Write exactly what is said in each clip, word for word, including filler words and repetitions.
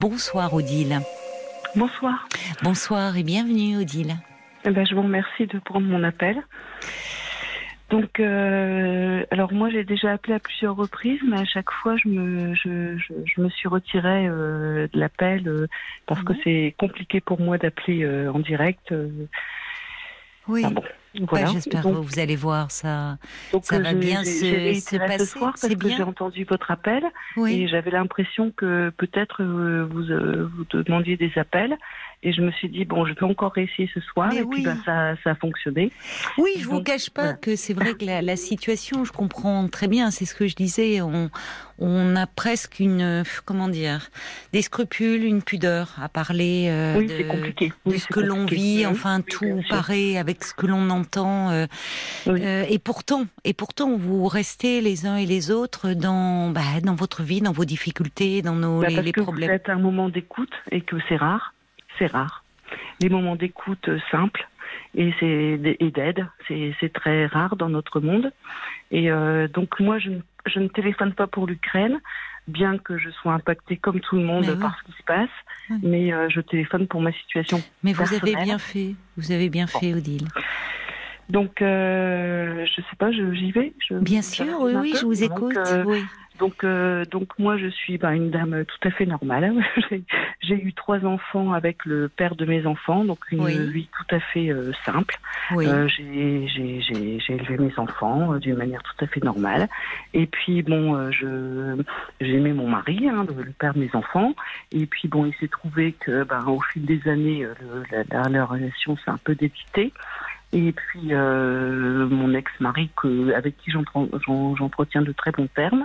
Bonsoir Odile. Bonsoir. Bonsoir et bienvenue Odile. Eh ben, je vous remercie de prendre mon appel. Donc, euh, alors moi j'ai déjà appelé à plusieurs reprises, mais à chaque fois je me, je, je, je me suis retirée euh, de l'appel euh, parce que c'est compliqué pour moi d'appeler euh, en direct. Euh. Oui. Ah bon, voilà. Bah, j'espère donc, que vous allez voir ça. Donc, ça va j'ai, bien j'ai, se, j'ai se réitéré passer. ce soir parce c'est que bien. j'ai entendu votre appel Oui. et j'avais l'impression que peut-être euh, vous, euh, vous demandiez des appels et je me suis dit bon, je peux encore réessayer ce soir. Mais et oui. puis ben, ça, ça a fonctionné. Oui, je Donc, vous cache pas voilà. que c'est vrai que la, la situation, je comprends très bien. C'est ce que je disais. On, on a presque une, comment dire, des scrupules, une pudeur à parler euh, Oui, de, c'est compliqué. de Oui, ce c'est que l'on compliqué. vit. Mmh. Enfin, Oui, tout bien sûr. paraît avec ce que l'on entend. Euh, Oui. euh, et pourtant, et pourtant, vous restez les uns et les autres dans, bah, dans votre vie, dans vos difficultés, dans nos Bah, les, parce les que problèmes. vous êtes à un moment d'écoute et que c'est rare. C'est rare. Les moments d'écoute euh, simples et, c'est, et d'aide, c'est, c'est très rare dans notre monde. Et euh, donc moi, je, je ne téléphone pas pour l'Ukraine, bien que je sois impactée comme tout le monde Mais oui. par ce qui se passe, Oui. mais euh, je téléphone pour ma situation Mais vous personnelle. avez bien fait, vous avez bien Bon. fait, Odile. Donc, euh, je sais pas, je, j'y vais. Je, Bien sûr, oui, oui, je vous écoute. Donc, euh, oui. donc, euh, donc moi, je suis bah, une dame tout à fait normale. j'ai, j'ai eu trois enfants avec le père de mes enfants, donc une Oui. vie tout à fait euh, simple. Oui. Euh, j'ai, j'ai, j'ai, j'ai élevé mes enfants euh, d'une manière tout à fait normale. Et puis, bon, euh, je, j'ai aimé mon mari, hein, le, le père de mes enfants. Et puis, bon, il s'est trouvé que, bah, au fil des années, euh, le, la, la, la relation s'est un peu débitée. Et puis euh, mon ex-mari, que, avec qui j'entre, j'en, j'entretiens de très bons termes,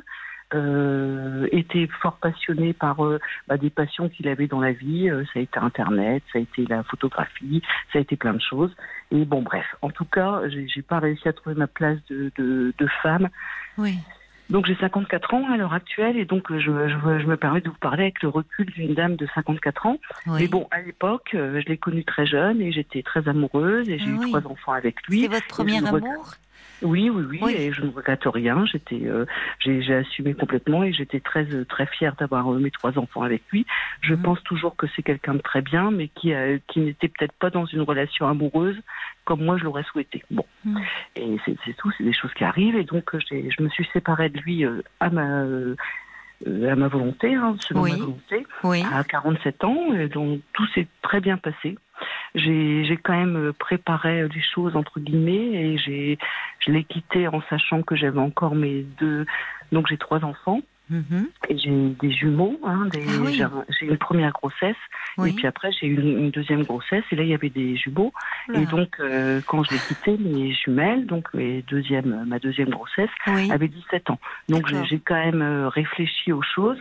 euh, était fort passionné par euh, bah, des passions qu'il avait dans la vie. Euh, ça a été Internet, ça a été la photographie, ça a été plein de choses. Et bon, bref, en tout cas, j'ai, j'ai pas réussi à trouver ma place de, de, de femme. Oui. Donc j'ai cinquante-quatre ans à l'heure actuelle et donc je, je, je me permets de vous parler avec le recul d'une dame de cinquante-quatre ans. Oui. Mais bon, à l'époque, euh, je l'ai connue très jeune et j'étais très amoureuse et j'ai Ah eu oui. trois enfants avec lui. C'est votre premier amour regrette... Oui, oui, oui, oui, et je ne regrette rien. J'étais, euh, j'ai, j'ai assumé complètement et j'étais très, très fière d'avoir euh, mes trois enfants avec lui. Je mmh. pense toujours que c'est quelqu'un de très bien, mais qui, euh, qui n'était peut-être pas dans une relation amoureuse comme moi je l'aurais souhaité. Bon, mmh. et c'est, c'est tout, c'est des choses qui arrivent. Et donc, j'ai, je me suis séparée de lui euh, à ma euh, à ma volonté, hein, selon oui. ma volonté, oui. à quarante-sept ans. Et donc tout s'est très bien passé. J'ai, j'ai quand même préparé les choses entre guillemets et j'ai, je l'ai quitté en sachant que j'avais encore mes deux, donc j'ai trois enfants mm-hmm. et j'ai des jumeaux, hein, des, ah oui. j'ai, j'ai une première grossesse oui. et puis après j'ai eu une, une deuxième grossesse et là il y avait des jumeaux Oula. Et donc euh, quand je l'ai quitté, mes jumelles, donc mes deuxième, ma deuxième grossesse oui. avait dix-sept ans, donc j'ai, j'ai quand même réfléchi aux choses.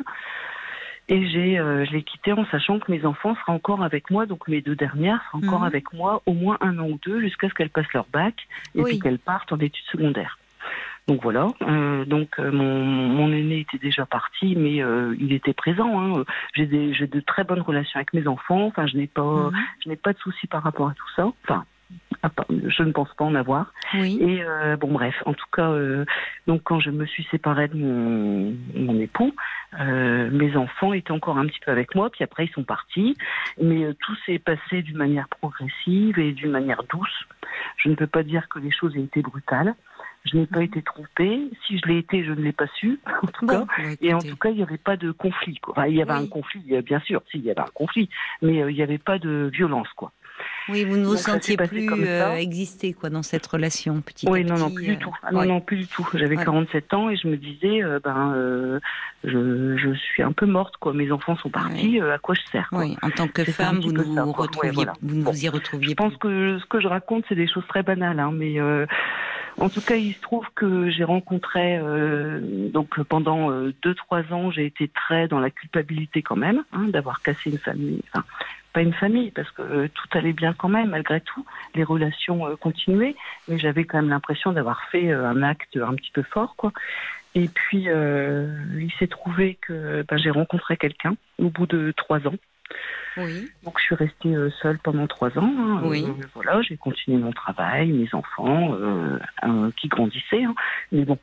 Et j'ai, euh, je l'ai quitté en sachant que mes enfants seraient encore avec moi, donc mes deux dernières seraient encore mmh. avec moi au moins un an ou deux jusqu'à ce qu'elles passent leur bac et oui. puis qu'elles partent en études secondaires. Donc voilà, euh, donc euh, mon, mon aîné était déjà parti, mais euh, il était présent. Hein. J'ai, des, j'ai de très bonnes relations avec mes enfants. Enfin, je n'ai pas, mmh. je n'ai pas de soucis par rapport à tout ça. Enfin. Je ne pense pas en avoir. Oui. Et euh, bon, bref, en tout cas, euh, donc quand je me suis séparée de mon, mon époux, euh, mes enfants étaient encore un petit peu avec moi, puis après ils sont partis. Mais euh, tout s'est passé d'une manière progressive et d'une manière douce. Je ne peux pas dire que les choses aient été brutales. Je n'ai pas été trompée. Si je l'ai été, je ne l'ai pas su, en tout bon, cas. Bah, et en tout cas, il n'y avait pas de conflit, quoi. Enfin, il y avait oui. un conflit, bien sûr, si, il y avait un conflit, mais euh, il n'y avait pas de violence, quoi. Oui, vous ne vous Donc, sentiez plus euh, exister quoi dans cette relation petit oui, à petit. Oui, non, non, plus euh, du tout. Ah, non, oui. non, plus du tout. J'avais ouais. quarante-sept ans et je me disais, euh, ben, euh, je, je suis un peu morte, quoi. Mes enfants sont partis, oui. euh, à quoi je sers, quoi. Oui, en tant que c'est femme, vous ne vous, ça, retrouviez, ouais, voilà. vous, ne bon. vous y retrouviez je plus. Je pense que ce que je raconte, c'est des choses très banales, hein, mais euh, en tout cas, il se trouve que j'ai rencontré, euh, donc pendant euh, deux, trois ans, j'ai été très dans la culpabilité quand même, hein, d'avoir cassé une famille. Enfin, pas une famille, parce que euh, tout allait bien quand même, malgré tout. Les relations euh, continuaient, mais j'avais quand même l'impression d'avoir fait euh, un acte un petit peu fort, quoi. Et puis, euh, il s'est trouvé que ben, j'ai rencontré quelqu'un au bout de trois ans. Oui. Donc, je suis restée euh, seule pendant trois ans. Hein. Oui. Euh, voilà, j'ai continué mon travail, mes enfants euh, euh, qui grandissaient. Hein. Mais bon,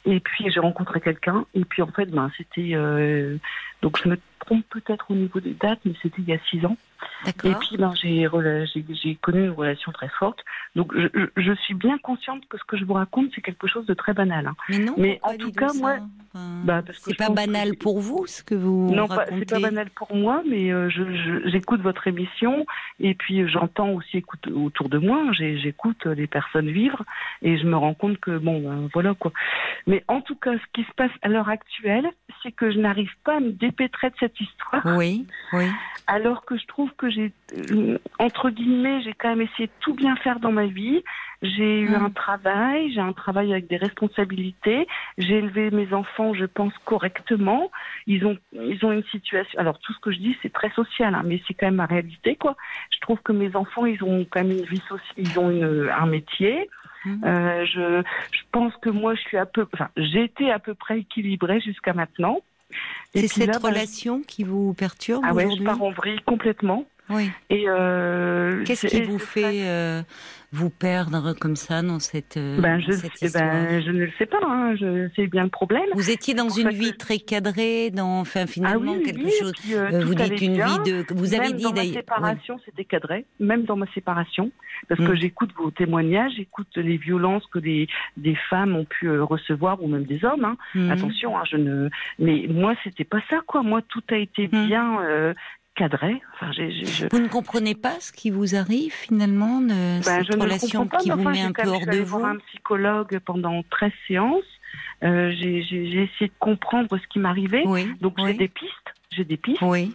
Et puis j'ai rencontré quelqu'un. Et puis en fait, ben c'était euh, donc je me trompe peut-être au niveau des dates, mais c'était il y a six ans. D'accord. Et puis ben j'ai, j'ai j'ai connu une relation très forte. Donc je, je, je suis bien consciente que ce que je vous raconte c'est quelque chose de très banal. Hein. Mais non. Mais en tout cas, moi, enfin, bah, parce que c'est je pas pense banal que pour vous ce que vous non, racontez. pas, c'est pas banal pour moi, mais euh, je, je, j'écoute votre émission et puis euh, j'entends aussi écoute, autour de moi, j'ai, j'écoute les personnes vivre et je me rends compte que bon, ben, voilà quoi. Mais en tout cas, ce qui se passe à l'heure actuelle, c'est que je n'arrive pas à me dépêtrer de cette histoire. Oui, oui. Alors que je trouve que j'ai, euh, entre guillemets, j'ai quand même essayé de tout bien faire dans ma vie. J'ai eu mmh. un travail, j'ai un travail avec des responsabilités. J'ai élevé mes enfants, je pense, correctement. Ils ont, ils ont une situation. Alors tout ce que je dis, c'est très social, hein, mais c'est quand même ma réalité, quoi. Je trouve que mes enfants, ils ont quand même une vie sociale, ils ont une, un métier. Mmh. Euh, je, je pense que moi, je suis à peu, enfin, j'ai été à peu près équilibrée jusqu'à maintenant. Et c'est cette là, relation bah, qui vous perturbe ah aujourd'hui ? Ah ouais, je pars en vrille complètement. Oui. Et euh, qu'est-ce qui vous fait euh, vous perdre comme ça dans cette, euh, ben, dans je, cette histoire ? ben, je ne le sais pas, hein, je, c'est bien le problème. Vous étiez dans une vie que... très cadrée, dans, enfin finalement ah oui, quelque oui, chose. Puis, euh, euh, vous dites une bien. vie de. Vous avez même dit dans ma d'ailleurs. séparation, oui. C'était cadré. Même dans ma séparation, parce mmh. que j'écoute vos témoignages, j'écoute les violences que des des femmes ont pu euh, recevoir ou même des hommes. Hein. Mmh. Attention, hein, je ne. Mais moi, c'était pas ça, quoi. Moi, tout a été mmh. bien. Euh, cadré. Enfin, j'ai, j'ai, je... Vous ne comprenez pas ce qui vous arrive finalement, de ben, cette relation pas, qui vous enfin, met un peu hors de vous. Voir un psychologue pendant treize séances. Euh, j'ai, j'ai, j'ai essayé de comprendre ce qui m'arrivait. Oui, donc oui. j'ai des pistes. J'ai des pistes. Oui.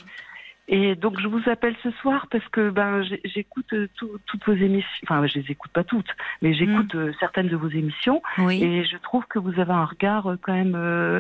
Et donc je vous appelle ce soir parce que ben j'écoute tout, toutes vos émissions. Enfin, je les écoute pas toutes, mais j'écoute mmh. certaines de vos émissions. Oui. Et je trouve que vous avez un regard quand même. Euh,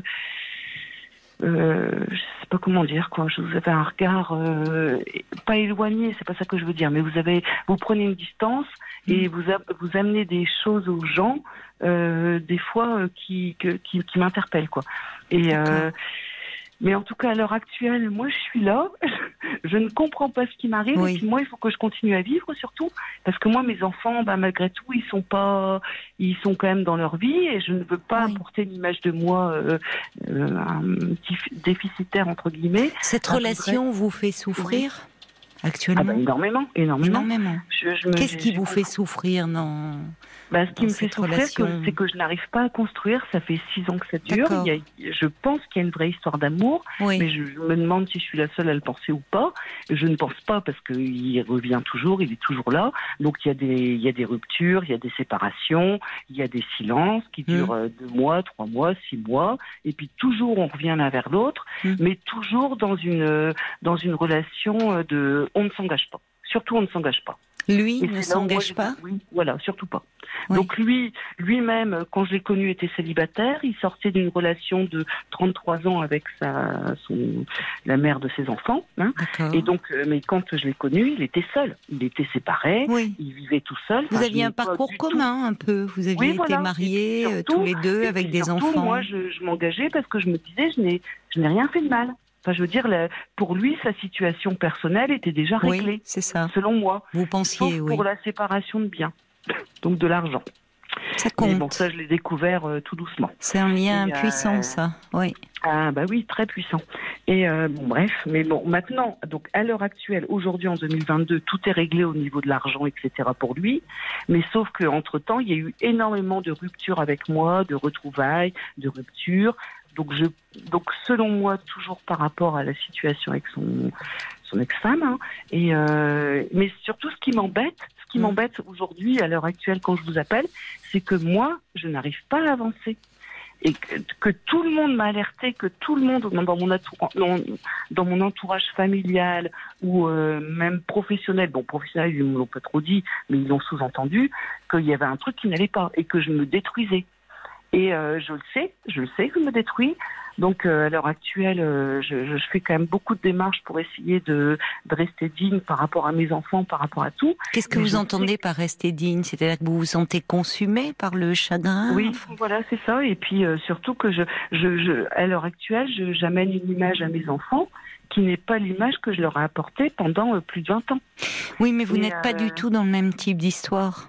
Euh, je sais pas comment dire quoi. Je vous avez un regard euh, pas éloigné, c'est pas ça que je veux dire, mais vous avez, vous prenez une distance et vous a, vous amenez des choses aux gens, euh, des fois euh, qui, que, qui qui m'interpellent quoi. Et euh, mais en tout cas à l'heure actuelle, moi je suis là, je ne comprends pas ce qui m'arrive oui. Et puis moi il faut que je continue à vivre surtout parce que moi mes enfants, bah, malgré tout ils sont pas, ils sont quand même dans leur vie et je ne veux pas oui. apporter une image de moi euh, euh, un petit déficitaire entre guillemets. Cette ah, relation vrai. Vous fait souffrir oui. actuellement? Ah bah, énormément, énormément. énormément. Je, je me, Qu'est-ce qui vous fait souffrir dans bah, ce qui dans me fait souffrir, que, c'est que je n'arrive pas à construire. Ça fait six ans que ça dure. Il y a, je pense qu'il y a une vraie histoire d'amour, oui. mais je, je me demande si je suis la seule à le penser ou pas. Je ne pense pas parce qu'il revient toujours, il est toujours là. Donc il y a des, il y a des ruptures, il y a des séparations, il y a des silences qui durent mmh. deux mois, trois mois, six mois, et puis toujours on revient l'un vers l'autre, mmh. mais toujours dans une, dans une relation de, on ne s'engage pas. Surtout on ne s'engage pas. Lui ne s'engage pas ? Oui, voilà, surtout pas. Oui. Donc lui, lui-même, quand je l'ai connu, était célibataire. Il sortait d'une relation de trente-trois ans avec sa, son, la mère de ses enfants. Hein. Et donc, mais quand je l'ai connu, il était seul. Il était séparé. Oui. Il vivait tout seul. Vous enfin, aviez un parcours commun, tout. un peu. Vous aviez oui, été voilà. mariés surtout, tous les deux avec des surtout, enfants. Moi, je, je m'engageais parce que je me disais, je n'ai, je n'ai rien fait de mal. Enfin, je veux dire, pour lui, sa situation personnelle était déjà réglée. Oui, c'est ça. Selon moi. Vous pensiez, Sauf oui. pour la séparation de biens. Donc de l'argent. Ça compte. Mais bon, ça, je l'ai découvert euh, tout doucement. C'est un lien Et, puissant, euh... ça. Oui. Ah, bah oui, très puissant. Et euh, bon, bref. Mais bon, maintenant, donc à l'heure actuelle, aujourd'hui, en deux mille vingt-deux, tout est réglé au niveau de l'argent, et cetera pour lui. Mais sauf qu'entre-temps, il y a eu énormément de ruptures avec moi, de retrouvailles, de ruptures. Donc, je, donc, selon moi, toujours par rapport à la situation avec son, son ex-femme. Hein, et euh, mais surtout, ce qui m'embête, ce qui mmh. m'embête aujourd'hui, à l'heure actuelle, quand je vous appelle, c'est que moi, je n'arrive pas à avancer. Et que, que tout le monde m'a alerté, que tout le monde, dans mon, entourage, dans, dans mon entourage familial ou euh, même professionnel, bon, professionnel, ils ne l'ont pas trop dit, mais ils l'ont sous-entendu, qu'il y avait un truc qui n'allait pas et que je me détruisais. Et euh, je le sais, je le sais que je me détruis. Donc euh, à l'heure actuelle, euh, je, je fais quand même beaucoup de démarches pour essayer de, de rester digne par rapport à mes enfants, par rapport à tout. Qu'est-ce que Mais vous entendez que... par rester digne ? C'est-à-dire que vous vous sentez consumé par le chagrin ? Oui, enfin... voilà, c'est ça. Et puis euh, surtout que je, je, je, à l'heure actuelle, je, j'amène une image à mes enfants qui n'est pas l'image que je leur ai apportée pendant euh, plus de vingt ans. Oui, mais vous Et n'êtes euh... pas du tout dans le même type d'histoire.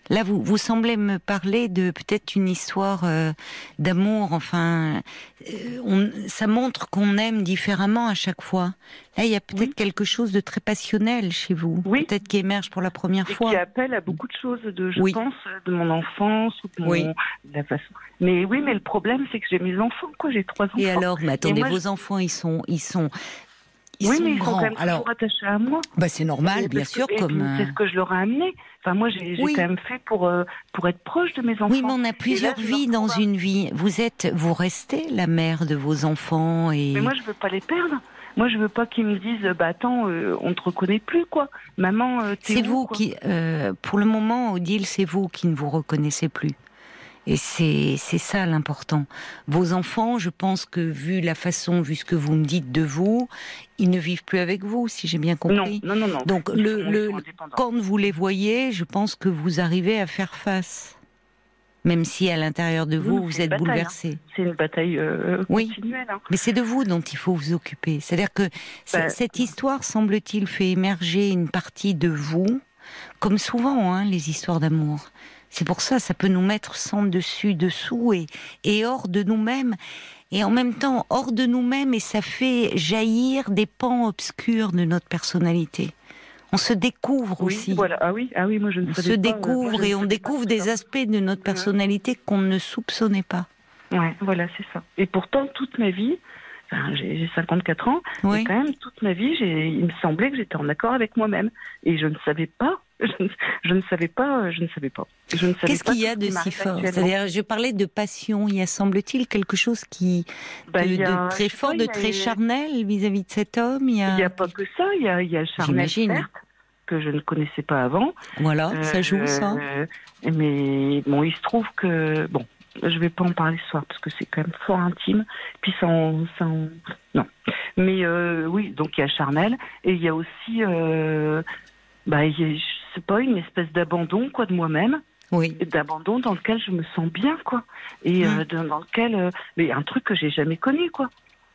Là, vous, vous semblez me parler de peut-être une histoire euh, d'amour. Enfin, euh, on, ça montre qu'on aime différemment à chaque fois. Là, il y a peut-être oui. quelque chose de très passionnel chez vous, oui. peut-être qui émerge pour la première et fois. Qui appelle à beaucoup de choses, de, je oui. pense, de mon enfance ou de, mon, oui. de la façon. Mais oui, mais le problème, c'est que j'ai mes enfants, quoi. J'ai trois enfants. Et alors, mais attendez, moi, vos je... enfants, ils sont, ils sont. Ils oui, sont mais ils grands. sont quand même Alors, toujours attachés à moi. Bah c'est normal, bien sûr. Que, comme c'est ce que je leur ai amené. Enfin, moi, j'ai, j'ai oui. quand même fait pour euh, pour être proche de mes enfants. Oui, mais on a plusieurs là, vies dans un... une vie. Vous êtes, vous restez la mère de vos enfants et. Mais moi, je veux pas les perdre. Moi, je veux pas qu'ils me disent, bah attends, euh, on te reconnaît plus, quoi. Maman, euh, t'es c'est où, vous quoi. qui, euh, pour le moment, Odile, c'est vous qui ne vous reconnaissez plus. Et c'est, c'est ça l'important. Vos enfants, je pense que vu la façon, vu ce que vous me dites de vous, ils ne vivent plus avec vous, si j'ai bien compris. Non, non, non. non. Donc, ils le, sont, le, quand vous les voyez, je pense que vous arrivez à faire face. Même si à l'intérieur de vous, oui, vous êtes bataille, bouleversé. Hein. C'est une bataille euh, oui. continuelle. Hein. Mais c'est de vous dont il faut vous occuper. C'est-à-dire que bah, cette histoire, semble-t-il, fait émerger une partie de vous, comme souvent, hein, les histoires d'amour. C'est pour ça, ça peut nous mettre sans dessus, dessous et, et hors de nous-mêmes. Et en même temps, hors de nous-mêmes, et ça fait jaillir des pans obscurs de notre personnalité. On se découvre oui, aussi. Voilà. Ah oui, ah oui, moi je ne on savais se pas, découvre moi, je et on découvre des aspects de notre personnalité qu'on ne soupçonnait pas. Ouais, voilà, c'est ça. Et pourtant, toute ma vie, enfin, j'ai, j'ai cinquante-quatre ans, oui. et quand même, toute ma vie, j'ai, il me semblait que j'étais en accord avec moi-même. Et je ne savais pas, je ne, je ne savais pas, je ne savais pas. Je ne savais Qu'est-ce pas qu'il y a de si fort ? C'est-à-dire, je parlais de passion, il y a, semble-t-il, quelque chose qui, bah, de, y a, de très fort, pas, de très charnel vis-à-vis de cet homme. Il y a, il y a pas que ça, il y a, il y a le charnel, certes, que je ne connaissais pas avant. Voilà, euh, ça joue, ça. Euh, mais bon, il se trouve que, bon, je vais pas en parler ce soir parce que c'est quand même fort intime. Puis ça, en, ça en... non. Mais euh, oui, donc il y a charnel et il y a aussi, euh, bah, il y a, je sais pas, une espèce d'abandon quoi de moi-même. Oui. D'abandon dans lequel je me sens bien quoi. Et mmh. euh, dans, dans lequel, euh, mais un truc que j'ai jamais connu quoi.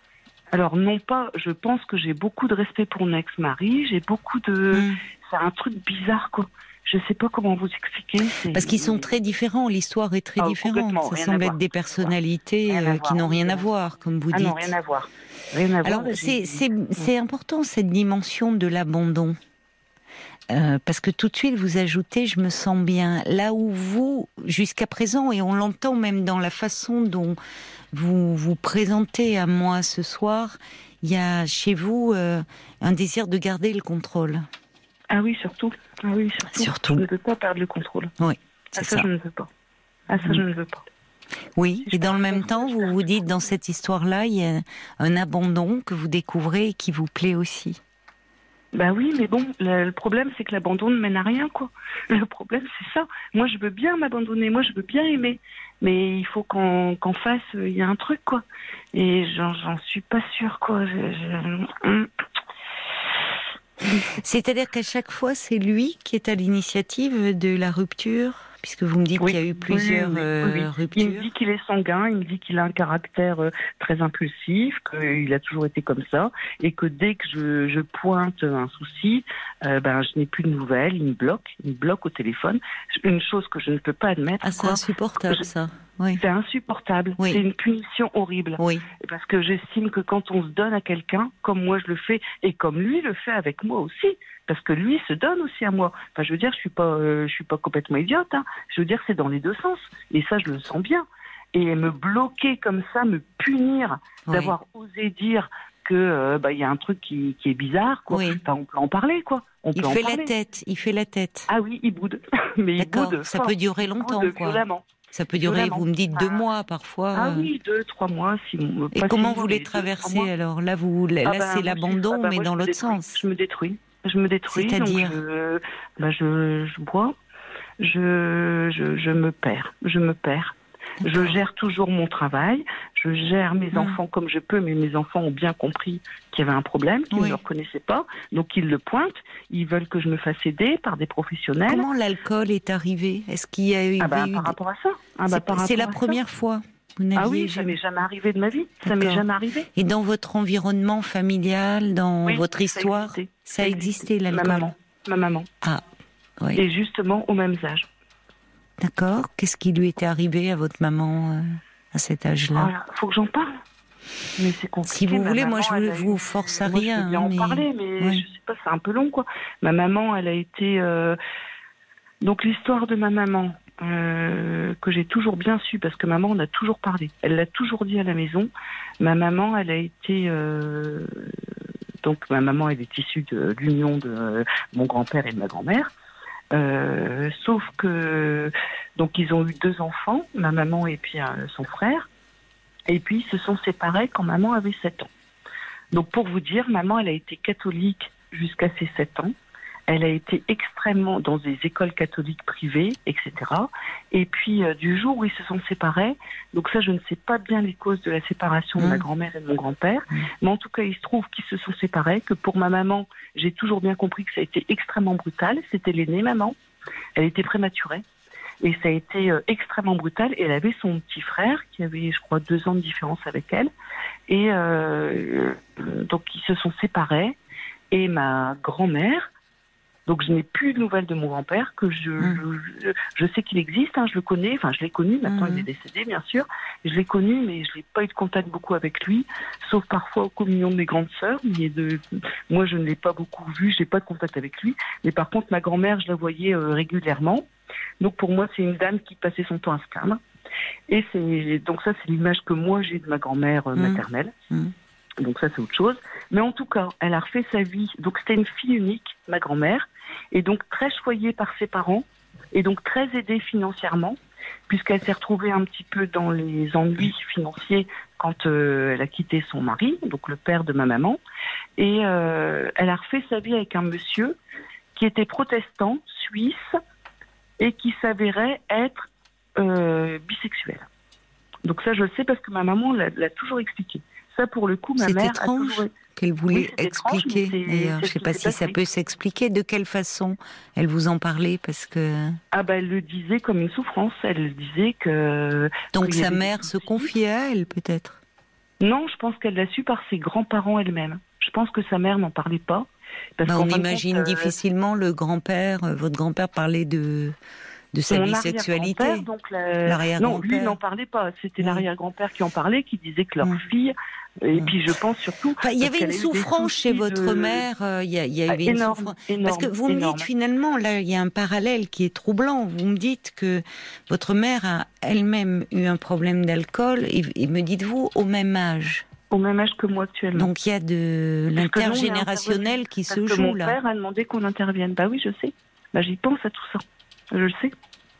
Alors non pas, je pense que j'ai beaucoup de respect pour mon ex-mari, j'ai beaucoup de... Mmh. C'est un truc bizarre, quoi. Je sais pas comment vous expliquer. C'est... Parce qu'ils sont très différents, l'histoire est très ah, différente. Ça semble être des personnalités euh, qui n'ont rien à voir, comme vous ah, dites. Non, rien à voir. Rien à Alors, voir, c'est, c'est, c'est important, cette dimension de l'abandon. Euh, parce que tout de suite, vous ajoutez « je me sens bien ». Là où vous, jusqu'à présent, et on l'entend même dans la façon dont vous vous présentez à moi ce soir, il y a chez vous euh, un désir de garder le contrôle. Ah oui, surtout. Ah oui, surtout. surtout. Je ne veux pas perdre le contrôle. Oui, c'est ah, ça. ça. je ne veux pas. Ah ça, mmh. je ne veux pas. Oui, si et dans le même temps, vous vous dites, dans cette histoire-là, il y a un abandon que vous découvrez et qui vous plaît aussi. Bah oui, mais bon, le, le problème, c'est que l'abandon ne mène à rien, quoi. Le problème, c'est ça. Moi, je veux bien m'abandonner, moi, je veux bien aimer. Mais il faut qu'en, qu'en face, il y ait un truc, quoi. Et j'en, j'en suis pas sûre, quoi. Je, je... C'est-à-dire qu'à chaque fois, c'est lui qui est à l'initiative de la rupture, puisque vous me dites oui, qu'il y a eu plusieurs oui, oui, euh, oui. ruptures. Il me dit qu'il est sanguin, il me dit qu'il a un caractère euh, très impulsif, qu'il a toujours été comme ça, et que dès que je, je pointe un souci, euh, ben je n'ai plus de nouvelles, il me bloque, il me bloque au téléphone. Une chose que je ne peux pas admettre. Ah, c'est quoi. insupportable, je, ça. Oui. C'est insupportable. Oui. C'est une punition horrible. Oui. Parce que j'estime que quand on se donne à quelqu'un, comme moi je le fais, et comme lui le fait avec moi aussi, parce que lui se donne aussi à moi. Enfin, je veux dire, je suis pas, euh, je suis pas complètement idiote. Hein. Je veux dire, c'est dans les deux sens. Et ça, je le sens bien. Et me bloquer comme ça, me punir oui. d'avoir osé dire que euh, bah il y a un truc qui, qui est bizarre, quoi. Oui. Enfin, on peut en parler, quoi. On il peut fait en parler. la tête. Il fait la tête. Ah oui, il boude. Mais D'accord. il boude. Ça fort. peut durer longtemps, il boude quoi. Violemment. Ça peut durer, violemment. vous me dites, deux ah. mois parfois. Ah oui, deux, trois mois, six mois. Et comment vous les traversez alors? Là, vous, là, ah ben, c'est l'abandon, ah ben, mais moi, dans l'autre détruis. sens. Je me détruis. Je me détruis. C'est-à-dire donc je, bah je, je bois, je, je, je me perds. Je me perds. Je gère toujours mon travail, je gère mes mmh. enfants comme je peux, mais mes enfants ont bien compris qu'il y avait un problème, qu'ils oui. ne le reconnaissaient pas, donc ils le pointent, ils veulent que je me fasse aider par des professionnels. Comment l'alcool est arrivé? Est-ce qu'il y a eu... Ah bah, eu par des... rapport à ça. Ah bah, c'est par c'est la à première ça. fois. Vous ah oui, ça m'est jamais arrivé de ma vie. Ça m'est jamais arrivé. Et dans votre environnement familial, dans oui, votre histoire, ça a existé, l'alcool? Ma maman. Ma maman. Ah, oui. Et justement, aux mêmes âges. D'accord. Qu'est-ce qui lui était arrivé à votre maman euh, à cet âge-là? Voilà, faut que j'en parle. Mais c'est compliqué. Si vous Ma voulez, maman, moi je elle a vous eu- force à moi, rien. je peux bien hein, en mais... parler, mais Ouais. je sais pas, c'est un peu long, quoi. Ma maman, elle a été... euh, Donc l'histoire de ma maman, euh, que j'ai toujours bien su, parce que maman, on a toujours parlé. Elle l'a toujours dit à la maison. Ma maman, elle a été... euh, Donc ma maman, elle est issue de l'union de euh, mon grand-père et de ma grand-mère. Euh, sauf que... Donc ils ont eu deux enfants, ma maman et puis euh, son frère. Et puis ils se sont séparés quand maman avait sept ans. Donc pour vous dire, maman, elle a été catholique jusqu'à ses sept ans. Elle a été extrêmement dans des écoles catholiques privées, et cetera. Et puis, euh, du jour où ils se sont séparés, donc ça, je ne sais pas bien les causes de la séparation mmh. de ma grand-mère et de mon grand-père, mmh. mais en tout cas, il se trouve qu'ils se sont séparés, que pour ma maman, j'ai toujours bien compris que ça a été extrêmement brutal. C'était l'aînée maman. Elle était prématurée. Et ça a été euh, extrêmement brutal. Et elle avait son petit frère, qui avait, je crois, deux ans de différence avec elle. Et euh, donc, ils se sont séparés. Et ma grand-mère... Donc je n'ai plus de nouvelles de mon grand-père, que je, mmh. je, je sais qu'il existe, hein, je le connais, enfin je l'ai connu, maintenant mmh. il est décédé bien sûr, je l'ai connu mais je n'ai pas eu de contact beaucoup avec lui, sauf parfois aux communions de mes grandes sœurs, mais de, moi je ne l'ai pas beaucoup vu, je n'ai pas de contact avec lui, mais par contre ma grand-mère je la voyais euh, régulièrement, donc pour moi c'est une dame qui passait son temps à se plaindre, et c'est, donc ça c'est l'image que moi j'ai de ma grand-mère euh, mmh. maternelle. Mmh. Donc ça, c'est autre chose. Mais en tout cas, elle a refait sa vie. Donc c'était une fille unique, ma grand-mère, et donc très choyée par ses parents, et donc très aidée financièrement, puisqu'elle s'est retrouvée un petit peu dans les ennuis financiers quand euh, elle a quitté son mari, donc le père de ma maman. Et euh, elle a refait sa vie avec un monsieur qui était protestant, suisse, et qui s'avérait être euh, bisexuel. Donc ça, je le sais parce que ma maman l'a, l'a toujours expliqué. Ça, pour le coup, ma c'est mère étrange a toujours... qu'elle voulait oui, expliquer. Étrange, d'ailleurs, je ne sais pas si ça peut s'expliquer. De quelle façon elle vous en parlait, parce que... Ah bah, elle le disait comme une souffrance. Elle disait que... Donc sa mère se confiait à elle, peut-être? Non, je pense qu'elle l'a su par ses grands-parents elle-même. Je pense que sa mère n'en parlait pas. Parce bah, on imagine compte, difficilement le grand-père, votre grand-père parlait de... de sa Mon bisexualité. Donc la... l'arrière-grand-père. Non, lui n'en parlait pas. C'était oui. l'arrière-grand-père qui en parlait, qui disait que leur mmh. fille. Et mmh. puis je pense surtout. Enfin, il y avait une souffrance chez votre de... mère. Euh, il y a, il y avait ah, énorme, une souffrance. Énorme, Parce que vous énorme. me dites finalement, là, il y a un parallèle qui est troublant. Vous me dites que votre mère a elle-même eu un problème d'alcool, et, et me dites-vous au même âge. Au même âge que moi actuellement. Donc il y a de Parce l'intergénérationnel qui se joue mon là. Mon père a demandé qu'on intervienne. Bah oui, je sais. Bah j'y pense à tout ça. Je le sais.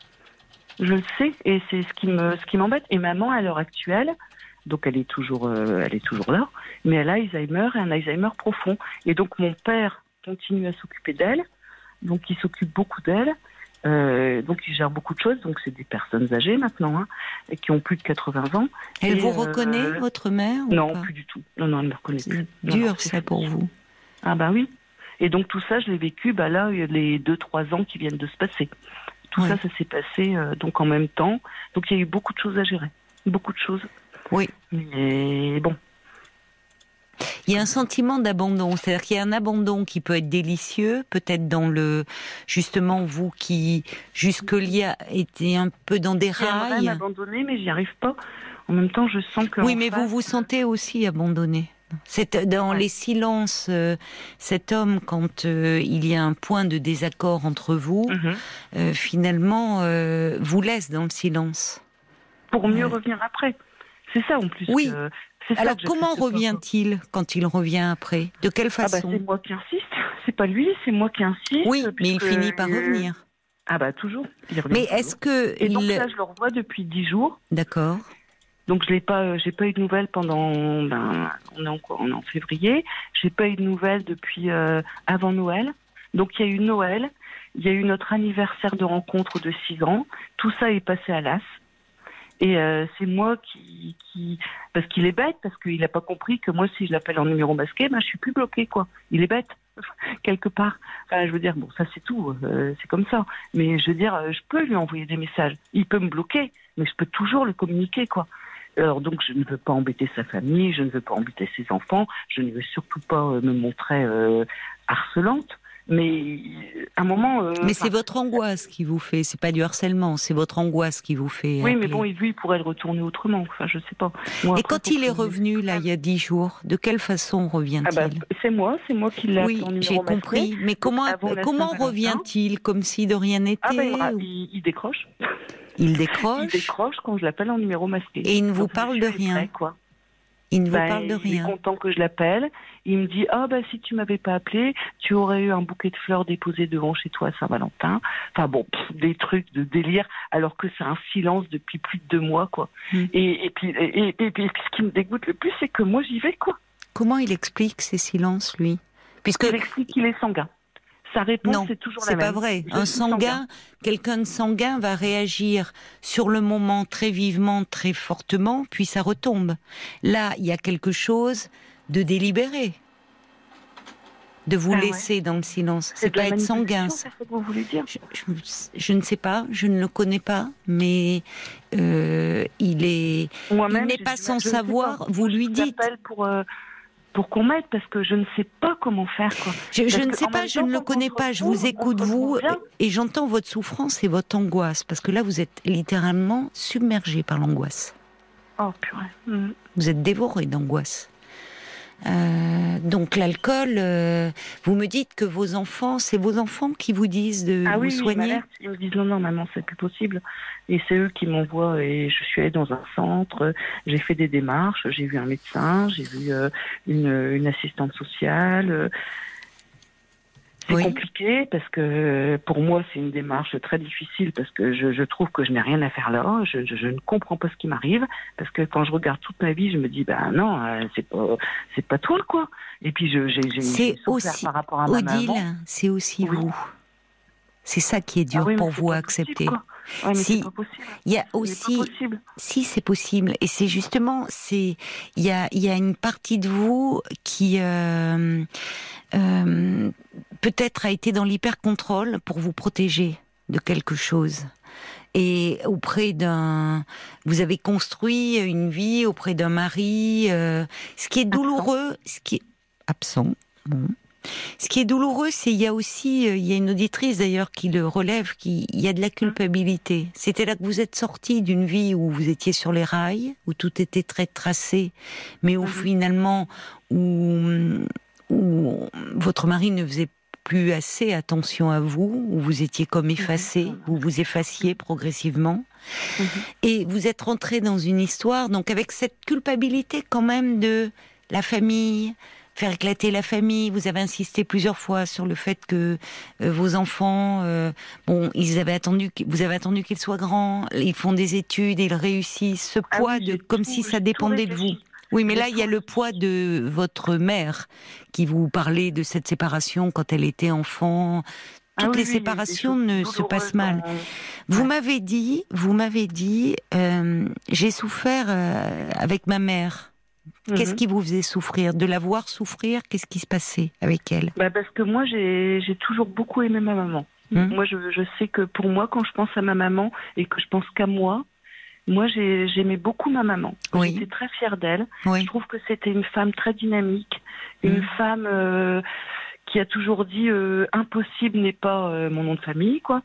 Je le sais, et c'est ce qui me, ce qui m'embête. Et maman, à l'heure actuelle, donc elle est toujours, euh, elle est toujours là, mais elle a Alzheimer et un Alzheimer profond. Et donc mon père continue à s'occuper d'elle, donc il s'occupe beaucoup d'elle, euh, donc il gère beaucoup de choses. Donc c'est des personnes âgées maintenant, hein, et qui ont plus de quatre-vingts ans. Elle et, vous reconnaît, euh, votre mère ou Non, pas plus du tout. Non, non, elle ne me reconnaît c'est plus. Dur, non, non, c'est ça pour vous. Ah bah oui. Et donc tout ça, je l'ai vécu, bah là, les deux, trois ans qui viennent de se passer. Tout ouais. ça, ça s'est passé euh, donc en même temps. Donc il y a eu beaucoup de choses à gérer. Beaucoup de choses. Oui. Mais bon. Il y a un sentiment d'abandon. C'est-à-dire qu'il y a un abandon qui peut être délicieux, peut-être dans le... Justement, vous qui, jusque-là, étiez un peu dans des rails. J'aimerais m'abandonner, mais j'y arrive pas. En même temps, je sens que... Oui, mais face... vous vous sentez aussi abandonné. C'est dans ouais. les silences, euh, cet homme, quand euh, il y a un point de désaccord entre vous, mm-hmm. euh, finalement, euh, vous laisse dans le silence. Pour mieux euh... revenir après. C'est ça en plus. Oui. Que, c'est Alors ça que comment revient-il quand il revient après? De quelle façon? Ah bah, c'est moi qui insiste. C'est pas lui, c'est moi qui insiste. Oui, mais il finit par revenir. Ah bah toujours. Il mais toujours. Est-ce que Et il... donc là, je le revois depuis dix jours. D'accord. Donc je l'ai pas, j'ai pas eu de nouvelles pendant, ben, on est en quoi, on est en février. J'ai pas eu de nouvelles depuis euh, avant Noël. Donc il y a eu Noël, il y a eu notre anniversaire de rencontre de six ans. Tout ça est passé à l'as. Et euh, c'est moi qui, qui, parce qu'il est bête, parce qu'il a pas compris que moi si je l'appelle en numéro masqué, ben je suis plus bloquée quoi. Il est bête quelque part. Enfin, je veux dire, bon ça c'est tout, euh, c'est comme ça. Mais je veux dire, je peux lui envoyer des messages. Il peut me bloquer, mais je peux toujours le communiquer quoi. Alors donc je ne veux pas embêter sa famille, je ne veux pas embêter ses enfants, je ne veux surtout pas euh, me montrer euh, harcelante, Mais à un moment. Euh, mais c'est votre angoisse qui vous fait, c'est pas du harcèlement, c'est votre angoisse qui vous fait. Oui, appeler. Mais bon, lui, il pourrait le retourner autrement. Enfin, je sais pas. Moi, Et après, quand il est revenu là, il y a dix jours, de quelle façon revient-il? Ah bah, c'est moi, c'est moi qui l'ai appelé en Oui, numéro j'ai compris. masqué. Mais comment comment revient-il, comme si de rien n'était? Ah ben, ou... il, il décroche. Il décroche. Il décroche quand je l'appelle en numéro masqué. Et il ne vous donc, parle de rien. Prêt, quoi. Il ne vous ben, parle de rien. Il est content que je l'appelle. Il me dit ah bah si tu m'avais pas appelé, tu aurais eu un bouquet de fleurs déposé devant chez toi à Saint-Valentin. Enfin bon, pff, des trucs de délire, alors que c'est un silence depuis plus de deux mois quoi. Mm. Et, et puis et, et, et puis ce qui me dégoûte le plus, c'est que moi j'y vais quoi. Comment il explique ces silences lui? Puisque il explique qu'il est sanguin. Sa réponse non, c'est toujours la même. C'est pas vrai. Je un sanguin, sanguin. Quelqu'un de sanguin va réagir sur le moment très vivement, très fortement, puis ça retombe. Là, il y a quelque chose de délibéré, de vous ah laisser ouais. dans le silence. C'est, c'est pas être sanguin. C'est ce que vous voulez dire. Je, je, je ne sais pas, je ne le connais pas, mais euh, il est, Moi-même, il n'est pas sans savoir. Pas. Vous lui dites. Pour, euh, pour qu'on m'aide, parce que je ne sais pas comment faire. Quoi. Je, je ne sais pas, je ne le connais pas, je vous écoute vous, et j'entends votre souffrance et votre angoisse, parce que là, vous êtes littéralement submergé par l'angoisse. Oh, purée. Mmh. Vous êtes dévoré d'angoisse. Euh, donc l'alcool, euh, vous me dites que vos enfants, c'est vos enfants qui vous disent de ah vous oui, soigner. Oui, ils me disent non, non, maman, c'est plus possible. Et c'est eux qui m'envoient. Et je suis allée dans un centre, j'ai fait des démarches, j'ai vu un médecin, j'ai vu euh, une, une assistante sociale. Euh, c'est oui. compliqué parce que pour moi c'est une démarche très difficile parce que je, je trouve que je n'ai rien à faire là, je, je, je ne comprends pas ce qui m'arrive parce que quand je regarde toute ma vie je me dis ben non euh, c'est pas c'est pas toi quoi. Et puis je, j'ai, j'ai c'est aussi par rapport à Odile, ma maman. C'est aussi oui. vous. C'est ça qui est dur ah oui, pour vous à accepter. Possible, ouais, mais si c'est pas possible. Il y a aussi, si c'est possible, et c'est justement, c'est, il y a, il y a une partie de vous qui euh, euh, peut-être a été dans l'hyper-contrôle pour vous protéger de quelque chose. Et auprès d'un, vous avez construit une vie auprès d'un mari, euh, ce qui est douloureux, ce qui est absent. Bon. Ce qui est douloureux, c'est il y a aussi, il y a une auditrice d'ailleurs qui le relève, qui, il y a de la culpabilité. C'était là que vous êtes sorti d'une vie où vous étiez sur les rails, où tout était très tracé, mais où finalement, où, où votre mari ne faisait plus assez attention à vous, où vous étiez comme effacé, où vous effaciez progressivement. Mmh. Et vous êtes rentré dans une histoire, donc avec cette culpabilité quand même de la famille, faire éclater la famille. Vous avez insisté plusieurs fois sur le fait que euh, vos enfants, euh, bon, ils avaient attendu, vous avez attendu qu'ils soient grands, ils font des études, ils réussissent. Ce poids ah oui, de, comme tout, si ça dépendait de vous. Oui, mais là, il y a le poids de votre mère qui vous parlait de cette séparation quand elle était enfant. Toutes ah oui, les séparations oui, ne se passent mal. Dans... Vous ouais. m'avez dit, vous m'avez dit, euh, j'ai souffert euh, avec ma mère. Qu'est-ce qui vous faisait souffrir? De la voir souffrir? Qu'est-ce qui se passait avec elle? Bah parce que moi, j'ai, j'ai toujours beaucoup aimé ma maman. Mmh. Moi, je, je sais que pour moi, quand je pense à ma maman et que je pense qu'à moi, moi, j'ai, j'aimais beaucoup ma maman. Oui. J'étais très fière d'elle. Oui. Je trouve que c'était une femme très dynamique, une mmh. femme... Euh, qui a toujours dit euh, impossible n'est pas euh, mon nom de famille quoi.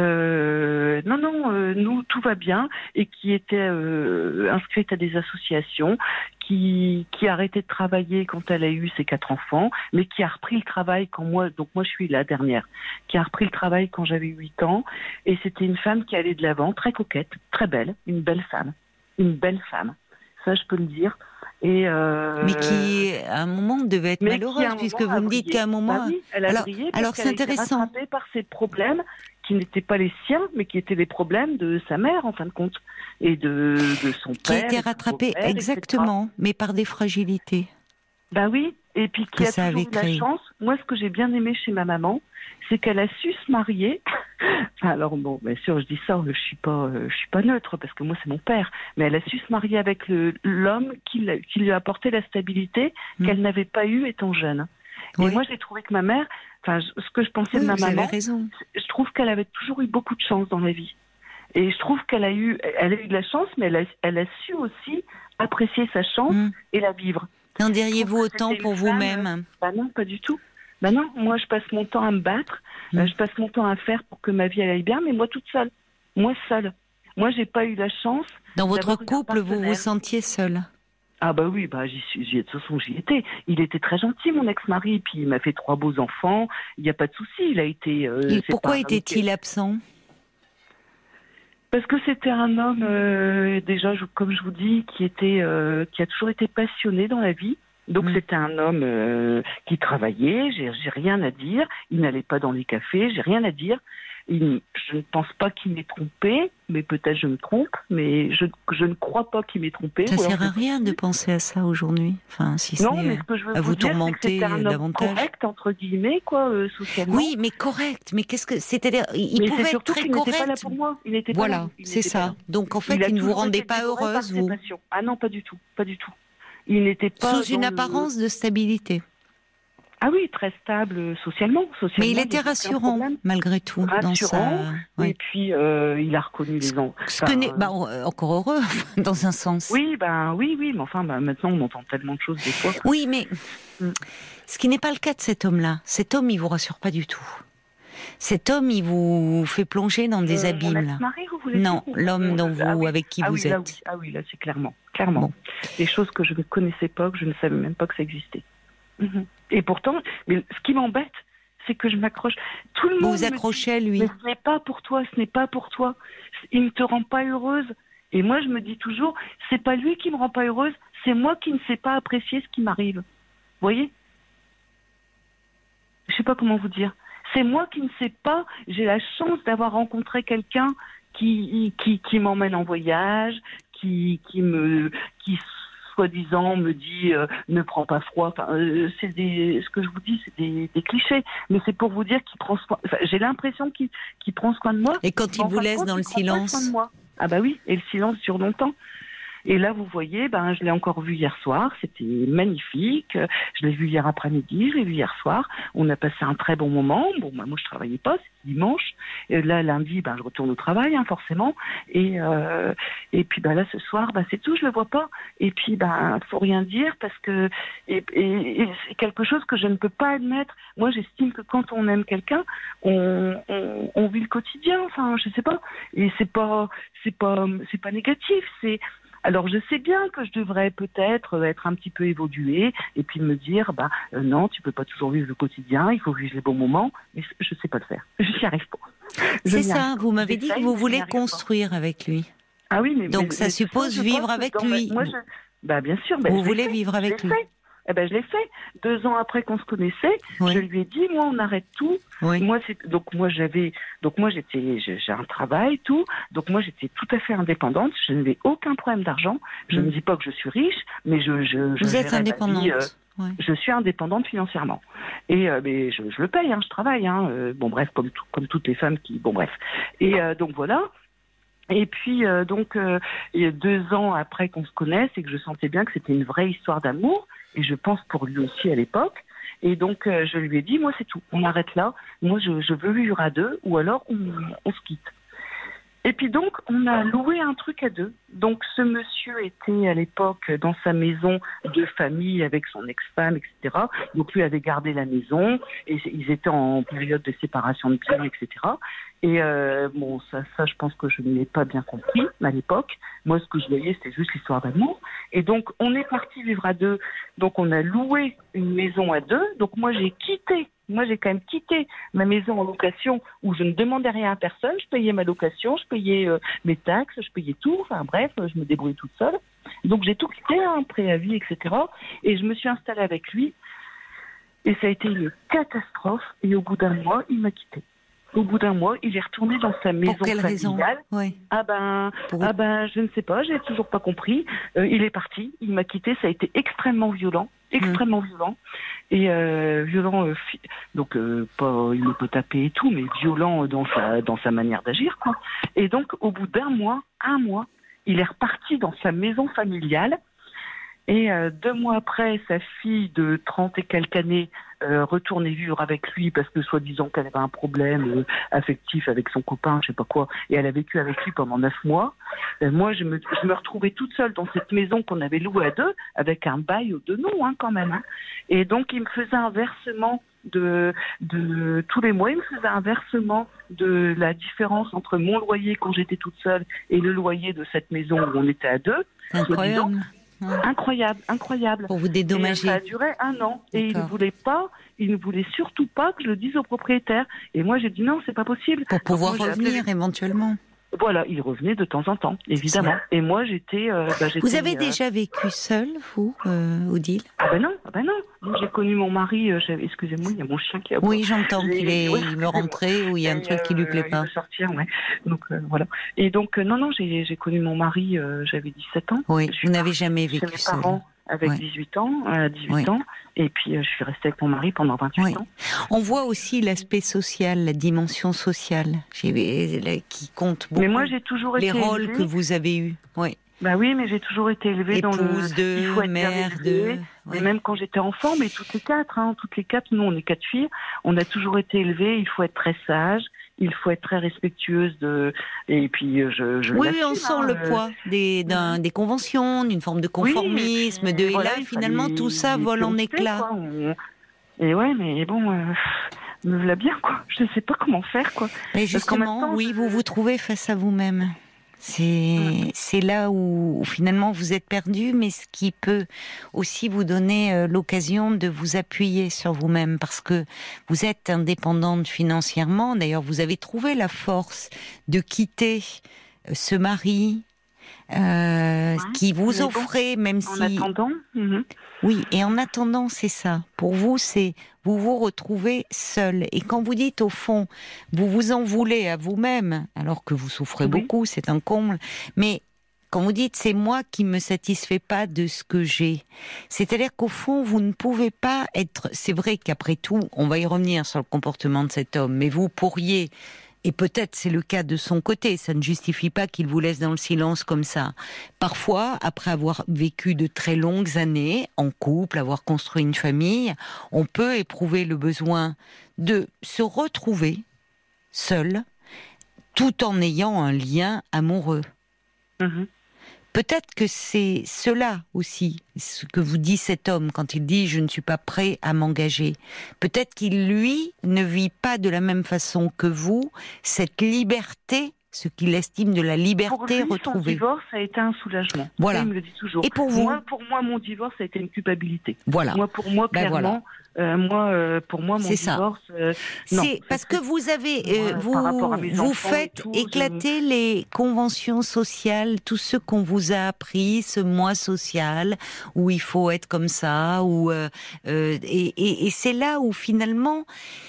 Euh, non non euh, nous tout va bien et qui était euh, inscrite à des associations, qui qui a arrêté de travailler quand elle a eu ses quatre enfants, mais qui a repris le travail quand moi donc moi je suis la dernière, qui a repris le travail quand j'avais huit ans et c'était une femme qui allait de l'avant, très coquette, très belle, une belle femme, une belle femme. Ça je peux le dire. Et euh... Mais qui, à un moment, devait être malheureuse, puisque vous me dites qu'à un moment... Bah oui, elle a alors, brillé parce alors qu'elle c'est intéressant. A été rattrapée par ses problèmes qui n'étaient pas les siens, mais qui étaient les problèmes de sa mère, en fin de compte, et de, de son père. Qui était rattrapée, exactement, et cetera. Mais par des fragilités. Bah oui, et puis qui a toujours eu de la chance. Moi, ce que j'ai bien aimé chez ma maman, c'est qu'elle a su se marier. Alors bon, bien sûr, je dis ça, je suis pas, je suis pas neutre parce que moi c'est mon père. Mais elle a su se marier avec le, l'homme qui, qui lui a apporté la stabilité mmh. qu'elle n'avait pas eue étant jeune. Oui. Et moi, j'ai trouvé que ma mère, enfin, ce que je pensais oui, de ma vous maman, avez raison. Je trouve qu'elle avait toujours eu beaucoup de chance dans la vie. Et je trouve qu'elle a eu, elle a eu de la chance, mais elle a, elle a su aussi apprécier sa chance mmh. et la vivre. En diriez-vous autant pour vous-même? Bah non, pas du tout. Ben non, moi je passe mon temps à me battre, mmh. euh, je passe mon temps à faire pour que ma vie elle aille bien, mais moi toute seule. Moi seule. Moi j'ai pas eu la chance. Dans votre couple, vous vous sentiez seule? Ah bah oui, bah j'y suis, j'y, de toute façon j'y étais. Il était très gentil, mon ex-mari, puis il m'a fait trois beaux enfants. Il n'y a pas de souci, il a été. Euh, Et pourquoi était-il absent? Parce que c'était un homme euh, déjà, je, comme je vous dis, qui était, euh, qui a toujours été passionné dans la vie. Donc mmh. c'était un homme euh, qui travaillait. J'ai, j'ai rien à dire. Il n'allait pas dans les cafés. J'ai rien à dire. Il, je ne pense pas qu'il m'ait trompé, mais peut-être je me trompe, mais je, je ne crois pas qu'il m'ait trompé. Ça ne sert à rien de penser à ça aujourd'hui, enfin, si non, c'est mais ce que je veux à vous, vous dire, tourmenter c'est que c'était un homme davantage. Correct entre guillemets, quoi, euh, socialement. Oui, mais correct. Mais qu'est-ce que c'est-à-dire, il mais pouvait c'est être très qu'il correct. N'était pas là pour moi. Il n'était voilà, pas là. Il c'est ça. Donc en fait, il, il ne vous rendait pas heureuse, vous. Ah non, pas du tout, pas du tout. Il n'était pas sous une apparence le... de stabilité. Ah oui, très stable socialement. socialement Mais il était rassurant, malgré tout. Rassurant, dans sa... oui. Et puis euh, il a reconnu les enfants. Ce que n'est... bah, encore heureux, dans un sens. Oui, ben, oui, oui, mais enfin, ben, maintenant on entend tellement de choses des fois. Oui, mais mm. ce qui n'est pas le cas de cet homme-là. Cet homme, il vous rassure pas du tout. Cet homme, il vous fait plonger dans des euh, abîmes. Là. Mari, vous voulez non, dire l'homme dont vous, ah oui, avec qui ah vous oui, êtes. Là, oui. Ah oui, là, c'est clairement, clairement. Bon. Des choses que je ne connaissais pas, que je ne savais même pas que ça existait. Mm-hmm. Et pourtant, mais ce qui m'embête, c'est que je m'accroche. Tout le vous monde vous accrochez à lui. Mais ce n'est pas pour toi, ce n'est pas pour toi. Il ne te rend pas heureuse. Et moi, je me dis toujours, c'est pas lui qui me rend pas heureuse, c'est moi qui ne sais pas apprécier ce qui m'arrive. Vous voyez ? Je sais pas comment vous dire. C'est moi qui ne sais pas. J'ai la chance d'avoir rencontré quelqu'un qui qui qui m'emmène en voyage, qui qui me qui soi-disant me dit euh, ne prends pas froid. Enfin, euh, c'est des, ce que je vous dis, c'est des, des clichés. Mais c'est pour vous dire qu'il prend soin. Enfin, j'ai l'impression qu'il, qu'il prend soin de moi. Et quand il vous laisse compte, dans le silence. Ah bah oui, et le silence dure longtemps. Et là, vous voyez, ben, je l'ai encore vu hier soir, c'était magnifique. Je l'ai vu hier après-midi, je l'ai vu hier soir. On a passé un très bon moment. Bon, moi, moi je travaillais pas, c'était dimanche. Et là, lundi, ben, je retourne au travail, hein, forcément. Et euh, et puis, ben là, ce soir, ben, c'est tout, je le vois pas. Et puis, ben, faut rien dire parce que et, et, et c'est quelque chose que je ne peux pas admettre. Moi, j'estime que quand on aime quelqu'un, on, on, on vit le quotidien. Enfin, je sais pas. Et c'est pas, c'est pas, c'est pas négatif. C'est Alors je sais bien que je devrais peut-être être un petit peu évoluée et puis me dire bah euh, non, tu peux pas toujours vivre le quotidien, il faut vivre les bons moments, mais je sais pas le faire. Je n'y arrive pas. Je C'est ça, vous m'avez dit que vous voulez construire pas. avec lui. Ah oui, mais donc mais, ça mais suppose ça, vivre avec lui. Ma... Moi, je... Bah bien sûr. Bah, vous voulez vivre avec lui. Fait. Eh ben, je l'ai fait. Deux ans après qu'on se connaissait, oui. je lui ai dit, moi, on arrête tout. Oui. Moi, c'est, donc, moi, j'avais, donc, moi, j'étais, j'ai un travail, tout. Donc, moi, j'étais tout à fait indépendante. Je n'avais aucun problème d'argent. Je mm. ne dis pas que je suis riche, mais je, je, je Vous êtes indépendante. Vie, euh, oui. Je suis indépendante financièrement. Et, euh, mais je, je le paye, hein, je travaille, hein. Euh, bon, bref, comme tout, comme toutes les femmes qui, bon, bref. Et, euh, donc, voilà. Et puis, euh, donc, euh, deux ans après qu'on se connaisse et que je sentais bien que c'était une vraie histoire d'amour, et je pense pour lui aussi à l'époque. Et donc, euh, je lui ai dit, moi, c'est tout. On arrête là. Moi, je, je veux vivre à deux, ou alors on, on se quitte. Et puis donc, on a loué un truc à deux. Donc, ce monsieur était à l'époque dans sa maison de famille avec son ex-femme, et cetera. Donc, lui avait gardé la maison et ils étaient en période de séparation de biens, et cetera. Et euh, bon, ça, ça, je pense que je ne l'ai pas bien compris à l'époque. Moi, ce que je voyais, c'était juste l'histoire d'amour. Et donc, on est parti vivre à deux. Donc, on a loué une maison à deux. Donc, moi, j'ai quitté. Moi, j'ai quand même quitté ma maison en location où je ne demandais rien à personne. Je payais ma location, je payais euh, mes taxes, je payais tout. Enfin, bref, je me débrouillais toute seule. Donc, j'ai tout quitté, un hein, préavis, et cetera. Et je me suis installée avec lui. Et ça a été une catastrophe. Et au bout d'un mois, il m'a quittée. Au bout d'un mois, il est retourné dans sa maison Pour quelle familiale. Raison oui. Ah ben, Pour... ah ben, je ne sais pas, j'ai toujours pas compris. Euh, il est parti, il m'a quitté, ça a été extrêmement violent, extrêmement mmh. violent et euh, violent. Euh, fi... Donc euh, pas, il me peut taper et tout, mais violent dans sa dans sa manière d'agir, quoi. Et donc, au bout d'un mois, un mois, il est reparti dans sa maison familiale. Et euh, deux mois après, sa fille de trente et quelques années euh, retournait vivre avec lui parce que soi-disant qu'elle avait un problème euh, affectif avec son copain, je sais pas quoi, et elle a vécu avec lui pendant neuf mois. Euh, moi, je me, je me retrouvais toute seule dans cette maison qu'on avait louée à deux, avec un bail de nous, hein, quand même. Hein. Et donc, il me faisait un versement de, de tous les mois, il me faisait un versement de la différence entre mon loyer quand j'étais toute seule et le loyer de cette maison où on était à deux. Incroyable. Ouais. Incroyable, incroyable. Pour vous dédommager. Et ça a duré un an. Et il ne voulait pas, il ne voulait surtout pas que je le dise au propriétaire. Et moi, j'ai dit non, c'est pas possible. Pour pouvoir moi, revenir appelé... éventuellement. Voilà, il revenait de temps en temps, évidemment. Et moi, j'étais... Euh, bah, j'étais vous avez euh... déjà vécu seul, vous, euh, Odile? Ah ben non, ah ben non. Moi, j'ai connu mon mari, euh, excusez-moi, il y a mon chien qui a... Oui, j'entends qu'il est, ouais, il veut rentrer ou il y a un truc euh, qui lui plaît pas. Il veut sortir, ouais. Donc, euh, voilà. Et donc, euh, non, non, j'ai, j'ai connu mon mari, euh, j'avais dix-sept ans. Oui, vous n'avez jamais vécu chez mes seul. Parents, avec ouais. dix-huit ans, euh, dix-huit ouais. ans, et puis euh, je suis restée avec mon mari pendant vingt-huit ouais. ans. On voit aussi l'aspect social, la dimension sociale, j'ai, qui compte beaucoup. Mais moi, j'ai toujours été les rôles élevée. que vous avez eus, oui. Bah oui, mais j'ai toujours été élevée Épouse dans le... de, il faut être mère de... Ouais. Même quand j'étais enfant, mais toutes les quatre, hein, toutes les quatre, nous on est quatre filles, on a toujours été élevées, il faut être très sage, il faut être très respectueuse de... Et puis je... je oui, on sent hein, le euh... poids des, d'un, des conventions, d'une forme de conformisme, oui, de... et voilà, là finalement fallait... tout ça vole en éclats. On... Et ouais, mais bon... Euh... me voilà bien, quoi. Je ne sais pas comment faire, quoi. Mais justement, temps, oui, je... vous vous trouvez face à vous-même. C'est, ouais. c'est là où, où finalement vous êtes perdu, mais ce qui peut aussi vous donner euh, l'occasion de vous appuyer sur vous-même, parce que vous êtes indépendante financièrement. D'ailleurs, vous avez trouvé la force de quitter euh, ce mari euh, ouais, qui vous offrait, bon, même en si... En attendant mm-hmm. Oui, et en attendant, c'est ça. Pour vous, c'est vous vous retrouvez seul. Et quand vous dites, au fond, vous vous en voulez à vous-même, alors que vous souffrez oui. beaucoup, c'est un comble, mais quand vous dites, c'est moi qui me satisfais pas de ce que j'ai, c'est-à-dire qu'au fond, vous ne pouvez pas être... C'est vrai qu'après tout, on va y revenir sur le comportement de cet homme, mais vous pourriez... Et peut-être c'est le cas de son côté, ça ne justifie pas qu'il vous laisse dans le silence comme ça. Parfois, après avoir vécu de très longues années en couple, avoir construit une famille, on peut éprouver le besoin de se retrouver seul, tout en ayant un lien amoureux. Mmh. Peut-être que c'est cela aussi, ce que vous dit cet homme quand il dit « je ne suis pas prêt à m'engager ». Peut-être qu'il, lui, ne vit pas de la même façon que vous cette liberté, ce qu'il estime de la liberté pour lui, retrouvée. Son divorce a été un soulagement. Voilà. Ça, il me le dit toujours. Et pour vous? Moi, pour moi, mon divorce a été une culpabilité. Voilà. Moi, pour moi, clairement... Ben voilà. Euh, moi, euh, pour moi, mon c'est divorce, euh, non. C'est parce que vous avez, euh, moi, vous, vous faites tout, éclater je... les conventions sociales, tout ce qu'on vous a appris, ce moi social où il faut être comme ça, où euh, euh, et, et, et c'est là où finalement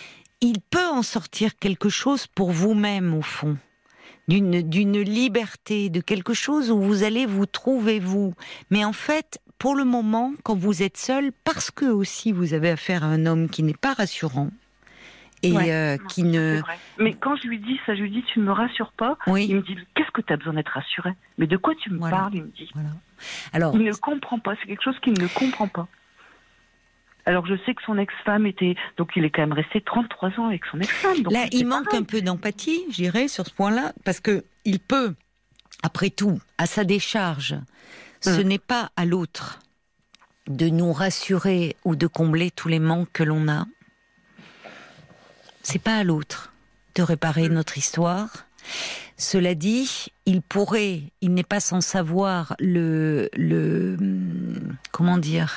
il peut en sortir quelque chose pour vous-même au fond. D'une, d'une liberté, de quelque chose où vous allez vous trouver vous. Mais en fait, pour le moment, quand vous êtes seul, parce que aussi vous avez affaire à un homme qui n'est pas rassurant et ouais, euh, qui ne... Mais quand je lui dis ça, je lui dis tu ne me rassures pas. Oui. Il me dit qu'est-ce que tu as besoin d'être rassuré? Mais de quoi tu me voilà. parles? Il me dit. Voilà. Alors, il ne comprend pas. C'est quelque chose qu'il ne comprend pas. Alors je sais que son ex-femme était... Donc il est quand même resté trente-trois ans avec son ex-femme. Donc là, il manque pareil. un peu d'empathie, je dirais, sur ce point-là, parce que il peut, après tout, à sa décharge, hum. ce n'est pas à l'autre de nous rassurer ou de combler tous les manques que l'on a. C'est pas à l'autre de réparer hum. notre histoire. Cela dit, il pourrait, il n'est pas sans savoir le... le comment dire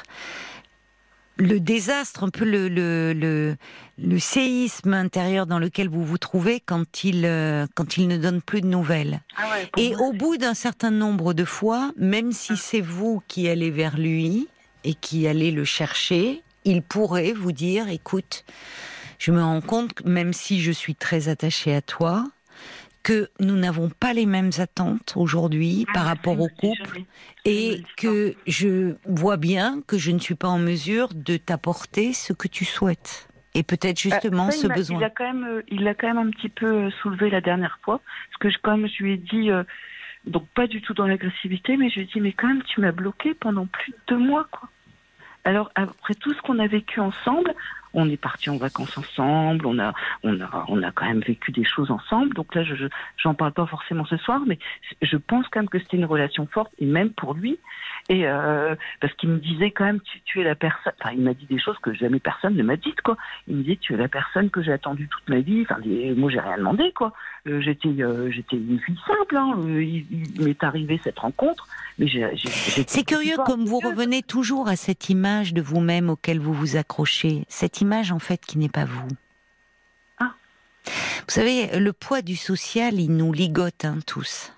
le désastre, un peu le, le, le, le séisme intérieur dans lequel vous vous trouvez quand il, euh, quand il ne donne plus de nouvelles. Ah ouais, et moi, au c'est... bout d'un certain nombre de fois, même si ah. c'est vous qui allez vers lui et qui allez le chercher, il pourrait vous dire, écoute, je me rends compte que même si je suis très attachée à toi, que nous n'avons pas les mêmes attentes aujourd'hui ah, par rapport au couple et que je vois bien que je ne suis pas en mesure de t'apporter ce que tu souhaites. Et peut-être justement euh, ça, ce besoin. Il a, quand même, il l'a quand même un petit peu soulevé la dernière fois, parce que je, comme je lui ai dit, euh, donc pas du tout dans l'agressivité, mais je lui ai dit, mais quand même tu m'as bloqué pendant plus de deux mois, quoi. Alors après tout ce qu'on a vécu ensemble, on est partis en vacances ensemble, on a, on a, on a quand même vécu des choses ensemble. Donc là, je, je j'en parle pas forcément ce soir, mais je pense quand même que c'était une relation forte, et même pour lui. Et euh, parce qu'il me disait quand même, tu, tu es la personne. Enfin, il m'a dit des choses que jamais personne ne m'a dites, quoi. Il me dit, tu es la personne que j'ai attendue toute ma vie. Enfin, des, moi, j'ai rien demandé, quoi. Euh, j'étais, euh, j'étais une fille simple. Hein. Euh, il, il m'est arrivé cette rencontre, mais j'ai. j'ai, j'ai C'est curieux comme vous revenez toujours à cette image de vous-même auquel vous vous accrochez. Cette image, en fait, qui n'est pas vous. Ah. Vous savez, le poids du social, il nous ligote, hein, tous.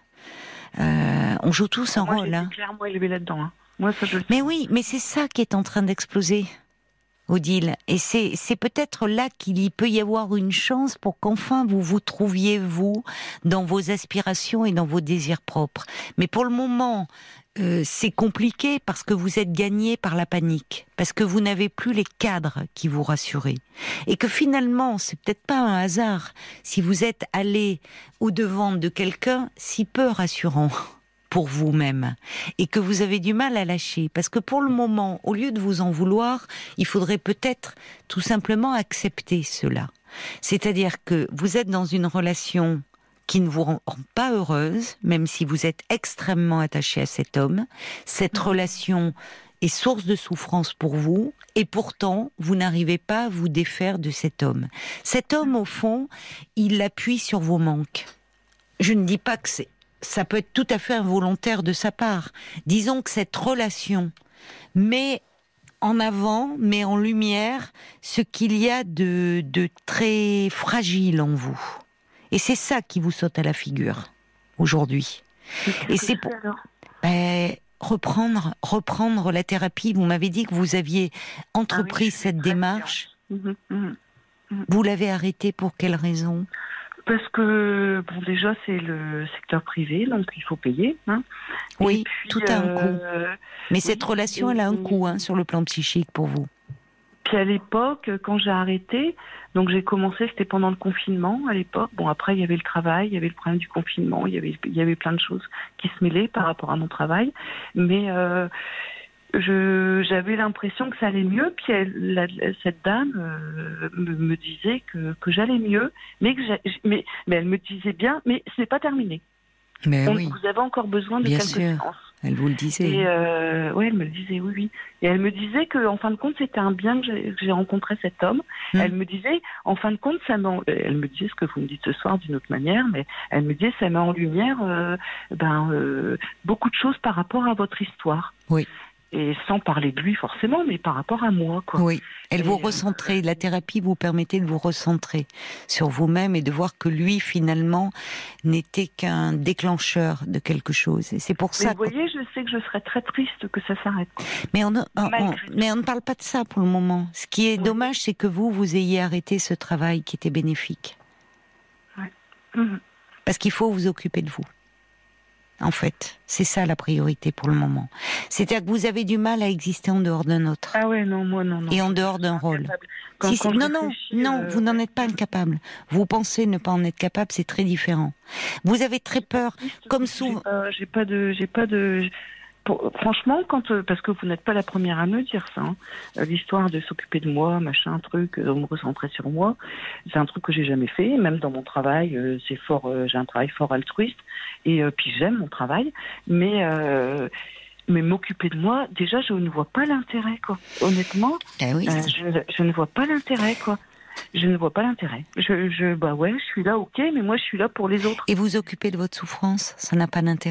Euh, on joue tous un moi, rôle. Moi, j'ai hein. été clairement élevée là-dedans. Hein. Moi, ça, je le mais oui, mais c'est ça qui est en train d'exploser, Odile. Et c'est, c'est peut-être là qu'il y peut y avoir une chance pour qu'enfin vous vous trouviez, vous, dans vos aspirations et dans vos désirs propres. Mais pour le moment, euh, c'est compliqué parce que vous êtes gagné par la panique, parce que vous n'avez plus les cadres qui vous rassuraient. Et que finalement, c'est peut-être pas un hasard si vous êtes allé au-devant de quelqu'un si peu rassurant pour vous-même, et que vous avez du mal à lâcher, parce que pour le moment, au lieu de vous en vouloir, il faudrait peut-être tout simplement accepter cela. C'est-à-dire que vous êtes dans une relation qui ne vous rend pas heureuse, même si vous êtes extrêmement attaché à cet homme. Cette relation est source de souffrance pour vous, et pourtant, vous n'arrivez pas à vous défaire de cet homme. Cet homme, au fond, il appuie sur vos manques. Je ne dis pas que c'est ça peut être tout à fait involontaire de sa part. Disons que cette relation met en avant, met en lumière ce qu'il y a de, de très fragile en vous. Et c'est ça qui vous saute à la figure aujourd'hui. Et, Et c'est pour ben, reprendre, reprendre la thérapie. Vous m'avez dit que vous aviez entrepris ah oui, cette démarche. Mmh, mmh, mmh. Vous l'avez arrêtée pour quelle raison ? Parce que, bon, déjà, c'est le secteur privé, donc il faut payer. Hein. Oui, puis, tout a un coût. Euh, Mais oui, cette relation, et, elle a un coût hein, sur le plan psychique pour vous. Puis à l'époque, quand j'ai arrêté, donc j'ai commencé, c'était pendant le confinement à l'époque. Bon, après, il y avait le travail, il y avait le problème du confinement, il y avait, il y avait plein de choses qui se mêlaient par rapport à mon travail. Mais... Euh, Je, j'avais l'impression que ça allait mieux, puis elle, la, cette dame euh, me, me disait que, que j'allais mieux, mais, que mais, mais elle me disait bien, mais ce n'est pas terminé. Mais On, oui. Vous avez encore besoin de bien quelques sûr. séances. Elle vous le disait. Et euh, ouais, elle me le disait, oui, oui. Et elle me disait que, en fin de compte, c'était un bien que j'ai, que j'ai rencontré cet homme. Hum. Elle me disait, en fin de compte, ça met. En, elle me disait ce que vous me dites ce soir d'une autre manière, mais elle me disait, ça met en lumière, euh, ben, euh, beaucoup de choses par rapport à votre histoire. Oui. Et sans parler de lui forcément, mais par rapport à moi, quoi. Oui, elle et vous recentrait. Euh... La thérapie vous permettait de vous recentrer sur vous-même et de voir que lui, finalement, n'était qu'un déclencheur de quelque chose. Et c'est pour mais ça. Vous voyez, je sais que je serais très triste que ça s'arrête. Quoi. Mais on, on, on, mais on ne parle pas de ça pour le moment. Ce qui est oui. dommage, c'est que vous, vous ayez arrêté ce travail qui était bénéfique. Ouais. Mmh. Parce qu'il faut vous occuper de vous. En fait, c'est ça la priorité pour le moment. C'est-à-dire que vous avez du mal à exister en dehors d'un autre. Ah ouais, non, moi non, non. Et en dehors d'un rôle. Quand, si, quand non, non, non, euh... vous n'en êtes pas incapable. Vous pensez ne pas en être capable, c'est très différent. Vous avez très peur, comme souvent. Euh, j'ai pas de, j'ai pas de. Pour, franchement, quand euh, parce que vous n'êtes pas la première à me dire ça, hein, l'histoire de s'occuper de moi, machin, truc, de me recentrer sur moi, c'est un truc que j'ai jamais fait. Même dans mon travail, euh, c'est fort, euh, j'ai un travail fort altruiste et euh, puis j'aime mon travail, mais euh, mais m'occuper de moi, déjà, je ne vois pas l'intérêt, quoi. Honnêtement, ah oui, euh, je, je ne vois pas l'intérêt, quoi. Je ne vois pas l'intérêt. Je, je, bah ouais, je suis là, ok, mais moi, je suis là pour les autres. Et vous occuper de votre souffrance, ça n'a pas d'intérêt ?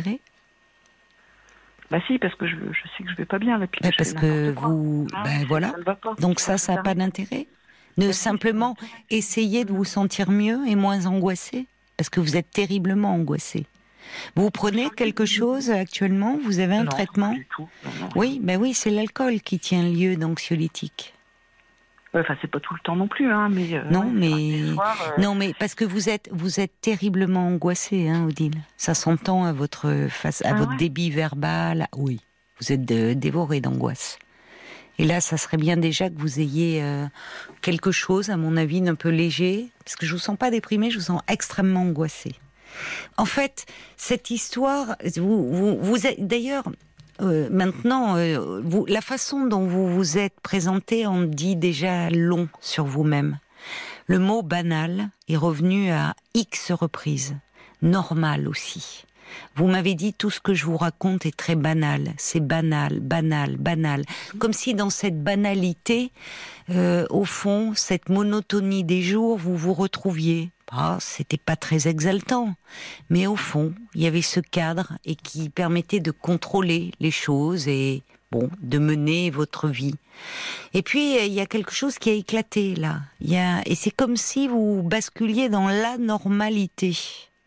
Bah si, parce que je, je sais que je vais pas bien là. Puis bah parce que vous, ah, ben voilà. Donc ça, ça n'a pas d'intérêt. Ne bah simplement si, essayer de vous sentir mieux et moins angoissé, parce que vous êtes terriblement angoissé. Vous prenez quelque chose actuellement ? Vous avez un non, traitement ? Pas du tout. Non, non, oui, ben oui, c'est l'alcool qui tient lieu d'anxiolytique. Enfin, c'est pas tout le temps non plus, hein, mais euh, non, ouais, mais soirs, euh... non, mais parce que vous êtes, vous êtes terriblement angoissée, hein, Odile. Ça s'entend à votre face, à ah votre ouais. débit verbal. Oui, vous êtes de, dévorée d'angoisse. Et là, ça serait bien déjà que vous ayez euh, quelque chose, à mon avis, d'un peu léger, parce que je vous sens pas déprimée, je vous sens extrêmement angoissée. En fait, cette histoire, vous, vous, vous êtes, d'ailleurs, euh, maintenant, euh, vous, la façon dont vous vous êtes présenté en dit déjà long sur vous-même. Le mot banal est revenu à X reprises. Normal aussi. Vous m'avez dit tout ce que je vous raconte est très banal. C'est banal, banal, banal. Comme si dans cette banalité, euh, au fond, cette monotonie des jours, vous vous retrouviez. Ah, c'était pas très exaltant, mais au fond, il y avait ce cadre et qui permettait de contrôler les choses et bon, de mener votre vie. Et puis il y a quelque chose qui a éclaté là. Il y a et c'est comme si vous basculiez dans l'anormalité.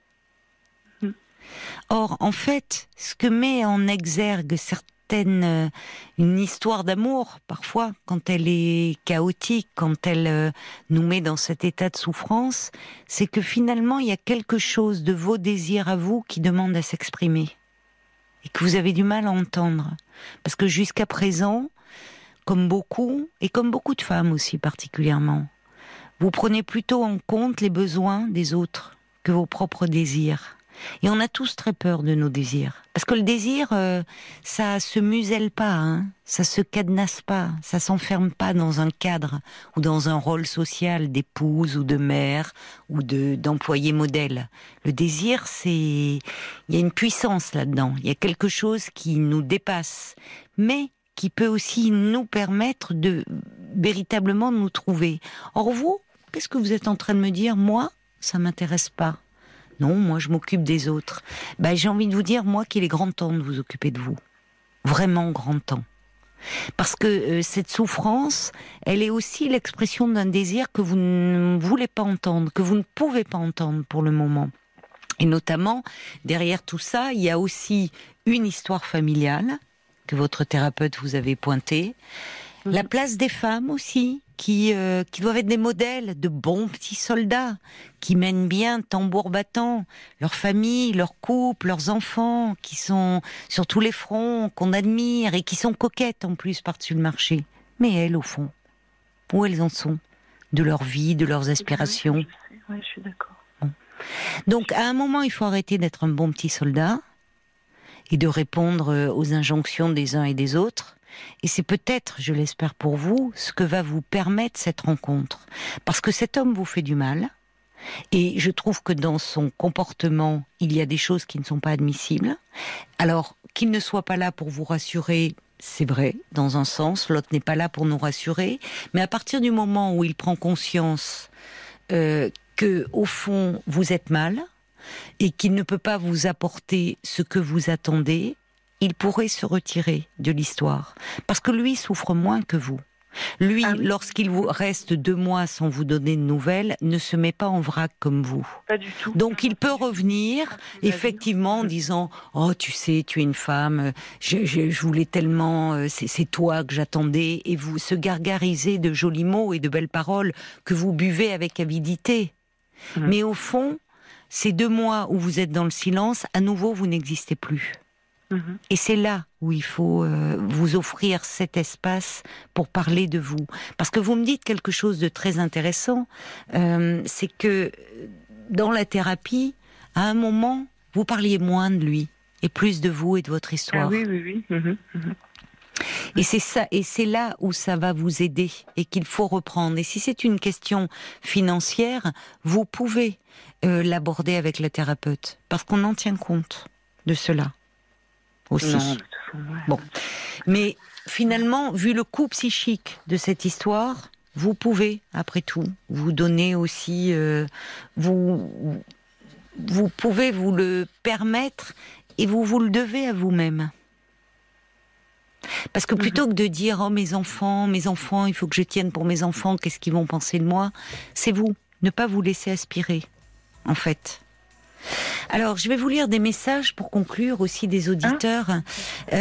Or, en fait, ce que met en exergue certaines, euh, une histoire d'amour, parfois, quand elle est chaotique, quand elle euh, nous met dans cet état de souffrance, c'est que finalement, il y a quelque chose de vos désirs à vous qui demande à s'exprimer. Et que vous avez du mal à entendre. Parce que jusqu'à présent, comme beaucoup, et comme beaucoup de femmes aussi particulièrement, vous prenez plutôt en compte les besoins des autres que vos propres désirs. Et on a tous très peur de nos désirs. Parce que le désir, euh, ça se muselle pas, hein, ça se cadenasse pas, ça s'enferme pas dans un cadre ou dans un rôle social d'épouse ou de mère ou de, d'employé modèle. Le désir, c'est... il y a une puissance là-dedans, il y a quelque chose qui nous dépasse, mais qui peut aussi nous permettre de véritablement nous trouver. Or vous, qu'est-ce que vous êtes en train de me dire ? Moi, ça m'intéresse pas. Non, moi je m'occupe des autres. Ben, j'ai envie de vous dire, moi, qu'il est grand temps de vous occuper de vous. Vraiment grand temps. Parce que euh, cette souffrance, elle est aussi l'expression d'un désir que vous ne voulez pas entendre, que vous ne pouvez pas entendre pour le moment. Et notamment, derrière tout ça, il y a aussi une histoire familiale que votre thérapeute vous avait pointée. Mmh. La place des femmes aussi, qui, euh, qui doivent être des modèles de bons petits soldats, qui mènent bien, tambour battant, leur famille, leur couple, leurs enfants, qui sont sur tous les fronts, qu'on admire, et qui sont coquettes en plus par-dessus le marché. Mais elles, au fond, où elles en sont ? De leur vie, de leurs aspirations. Oui, je sais. Ouais, je suis d'accord. Bon. Donc, à un moment, il faut arrêter d'être un bon petit soldat, et de répondre aux injonctions des uns et des autres. Et c'est peut-être, je l'espère pour vous, ce que va vous permettre cette rencontre. Parce que cet homme vous fait du mal, et je trouve que dans son comportement, il y a des choses qui ne sont pas admissibles. Alors, qu'il ne soit pas là pour vous rassurer, c'est vrai, dans un sens, l'autre n'est pas là pour nous rassurer, mais à partir du moment où il prend conscience euh, que, au fond, vous êtes mal, et qu'il ne peut pas vous apporter ce que vous attendez, il pourrait se retirer de l'histoire. Parce que lui souffre moins que vous. Lui, ah oui. Lorsqu'il vous reste deux mois sans vous donner de nouvelles, ne se met pas en vrac comme vous. Pas du tout. Donc il peut revenir, effectivement, en disant « Oh, tu sais, tu es une femme, je, je, je voulais tellement, c'est, c'est toi que j'attendais », et vous se gargariser de jolis mots et de belles paroles que vous buvez avec avidité. Mmh. Mais au fond, ces deux mois où vous êtes dans le silence, à nouveau, vous n'existez plus. Mmh. Et c'est là où il faut euh, vous offrir cet espace pour parler de vous. Parce que vous me dites quelque chose de très intéressant, euh, c'est que dans la thérapie, à un moment, vous parliez moins de lui et plus de vous et de votre histoire. Ah oui, oui, oui. Mmh, mmh. Et c'est ça, et c'est là où ça va vous aider et qu'il faut reprendre. Et si c'est une question financière, vous pouvez euh, l'aborder avec la thérapeute parce qu'on en tient compte de cela. Aussi. Non, de toute façon, ouais. Bon. Mais finalement, vu le coût psychique de cette histoire, vous pouvez, après tout, vous donner aussi, euh, vous, vous pouvez vous le permettre et vous vous le devez à vous-même. Parce que plutôt que de dire « Oh, mes enfants, mes enfants, il faut que je tienne pour mes enfants, qu'est-ce qu'ils vont penser de moi ?» C'est vous, ne pas vous laisser aspirer, en fait. Alors, je vais vous lire des messages pour conclure aussi des auditeurs. Hein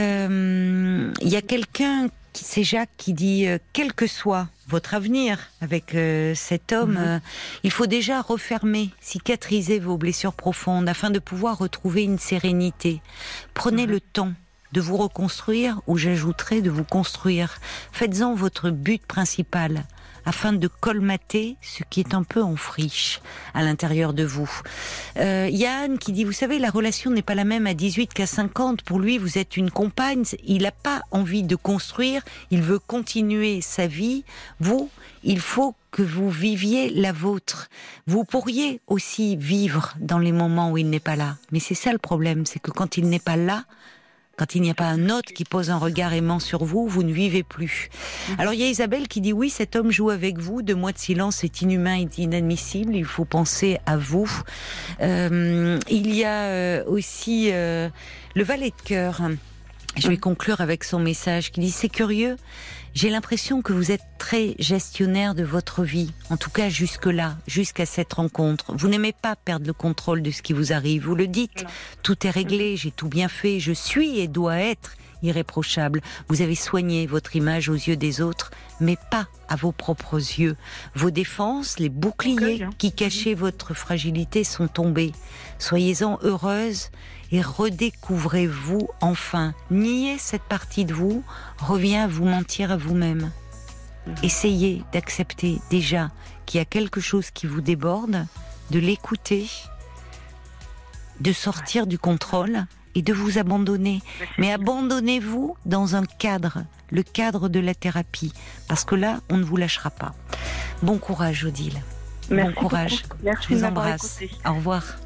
euh, y a quelqu'un, c'est Jacques, qui dit euh, « Quel que soit votre avenir avec euh, cet homme, mm-hmm. euh, il faut déjà refermer, cicatriser vos blessures profondes afin de pouvoir retrouver une sérénité. Prenez mm-hmm. le temps de vous reconstruire, ou j'ajouterai de vous construire. Faites-en votre but principal. afin de colmater ce qui est un peu en friche à l'intérieur de vous. Euh, Yann qui dit, vous savez, la relation n'est pas la même à dix-huit qu'à cinquante. Pour lui, vous êtes une compagne. Il n'a pas envie de construire. Il veut continuer sa vie. Vous, il faut que vous viviez la vôtre. Vous pourriez aussi vivre dans les moments où il n'est pas là. Mais c'est ça le problème, c'est que quand il n'est pas là, quand il n'y a pas un autre qui pose un regard aimant sur vous, vous ne vivez plus. Alors il y a Isabelle qui dit, oui, cet homme joue avec vous, deux mois de silence est inhumain et inadmissible, il faut penser à vous. Euh, il y a euh, aussi euh, le valet de cœur. Je vais conclure avec son message qui dit, c'est curieux, j'ai l'impression que vous êtes très gestionnaire de votre vie, en tout cas jusque-là, jusqu'à cette rencontre. Vous n'aimez pas perdre le contrôle de ce qui vous arrive, vous le dites, non. Tout est réglé, j'ai tout bien fait, je suis et dois être irréprochable. Vous avez soigné votre image aux yeux des autres, mais pas à vos propres yeux. Vos défenses, les boucliers qui cachaient votre fragilité sont tombés. Soyez-en heureuse et redécouvrez-vous enfin. Nier cette partie de vous revient à vous mentir à vous-même. Mmh. Essayez d'accepter déjà qu'il y a quelque chose qui vous déborde, de l'écouter, de sortir du contrôle et de vous abandonner. Mais abandonnez-vous dans un cadre, le cadre de la thérapie, parce que là, on ne vous lâchera pas. Bon courage, Odile. Merci bon courage. Beaucoup. Merci Je vous embrasse. Au revoir.